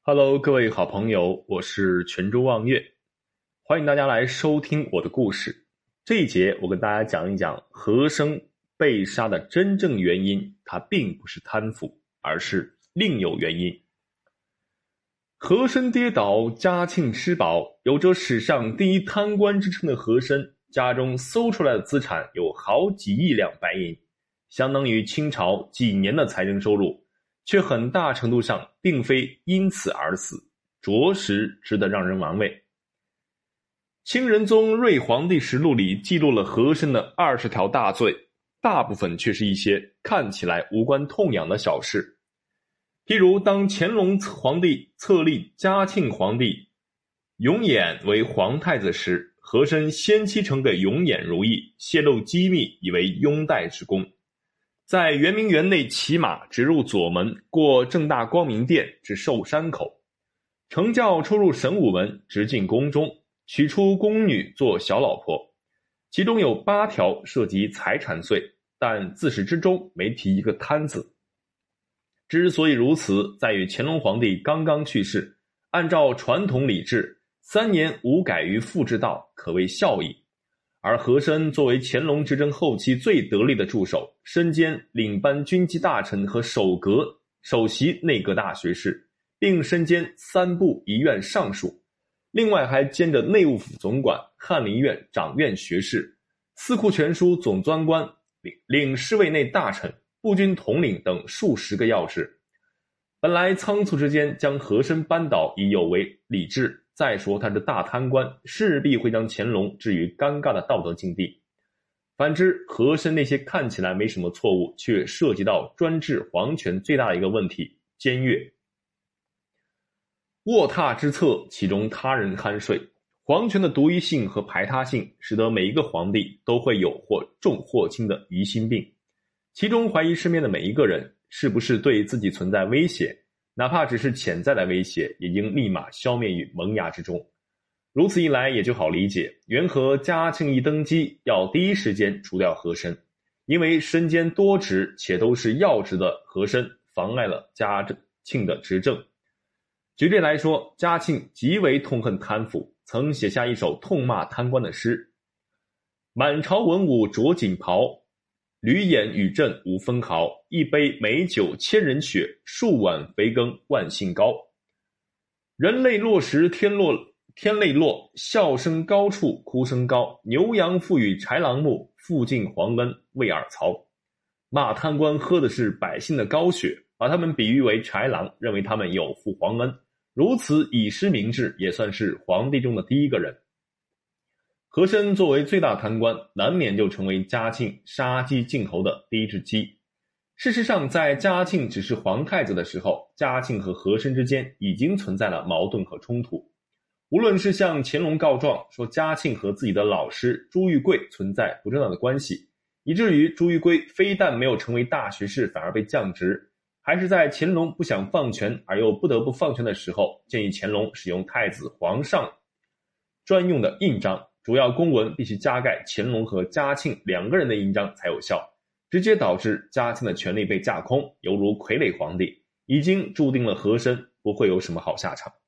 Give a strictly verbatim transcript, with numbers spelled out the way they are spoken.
Hello，各位好朋友，我是泉州望月，欢迎大家来收听我的故事。这一节我跟大家讲一讲和珅被杀的真正原因，他并不是贪腐，而是另有原因。和珅跌倒，嘉庆失保，有着史上第一贪官之称的和珅，家中搜出来的资产有好几亿两白银，相当于清朝几年的财政收入，却很大程度上并非因此而死，着实值得让人玩味。清仁宗睿皇帝实录里记录了和珅的二十条大罪，大部分却是一些看起来无关痛痒的小事。譬如当乾隆皇帝册立嘉庆皇帝永琰为皇太子时，和珅先期呈给永琰如意，泄露机密以为拥戴之功，在圆明园内骑马直入左门，过正大光明殿至寿山口，乘轿出入神武门，直进宫中，取出宫女做小老婆，其中有八条涉及财产罪，但自始至终没提一个贪字。之所以如此，在于乾隆皇帝刚刚去世，按照传统礼制，三年无改于父之道，可谓孝矣。而和珅作为乾隆执政后期最得力的助手，身兼领班军机大臣和首阁首席内阁大学士，并身兼三部一院尚书，另外还兼着内务府总管、翰林院掌院学士、司库全书总钻官、领领侍卫内大臣、步军统领等数十个要职。本来仓促之间将和珅扳倒已有违礼制，再说他是大贪官，势必会将乾隆置于尴尬的道德境地。反之，和珅那些看起来没什么错误，却涉及到专制皇权最大的一个问题——僭越。卧榻之侧，其中他人酣睡，皇权的独一性和排他性，使得每一个皇帝都会有或重或轻的疑心病，其中怀疑身边的每一个人是不是对自己存在威胁，哪怕只是潜在的威胁，也应立马消灭于萌芽之中。如此一来也就好理解，元和嘉庆一登基，要第一时间除掉和珅，因为身兼多职且都是要职的和珅妨碍了嘉庆的执政。举例来说，嘉庆极为痛恨贪腐，曾写下一首痛骂贪官的诗：满朝文武着锦袍，驴眼与朕无分毫，一杯美酒千人血，数碗肥羹万姓糕。人类落时天落天泪落，笑声高处哭声高，牛羊赋予豺狼目，复尽皇恩为尔曹。骂贪官喝的是百姓的高血，把他们比喻为豺狼，认为他们有负皇恩，如此以失明志，也算是皇帝中的第一个人。和珅作为最大贪官，难免就成为嘉庆杀鸡儆猴的第一只鸡。事实上，在嘉庆只是皇太子的时候，嘉庆和和珅之间已经存在了矛盾和冲突。无论是向乾隆告状说嘉庆和自己的老师朱玉贵存在不正当的关系，以至于朱玉贵非但没有成为大学士，反而被降职，还是在乾隆不想放权而又不得不放权的时候，建议乾隆使用太子皇上专用的印章，主要公文必须加盖乾隆和嘉庆两个人的印章才有效，直接导致嘉庆的权力被架空，犹如傀儡皇帝，已经注定了和珅不会有什么好下场。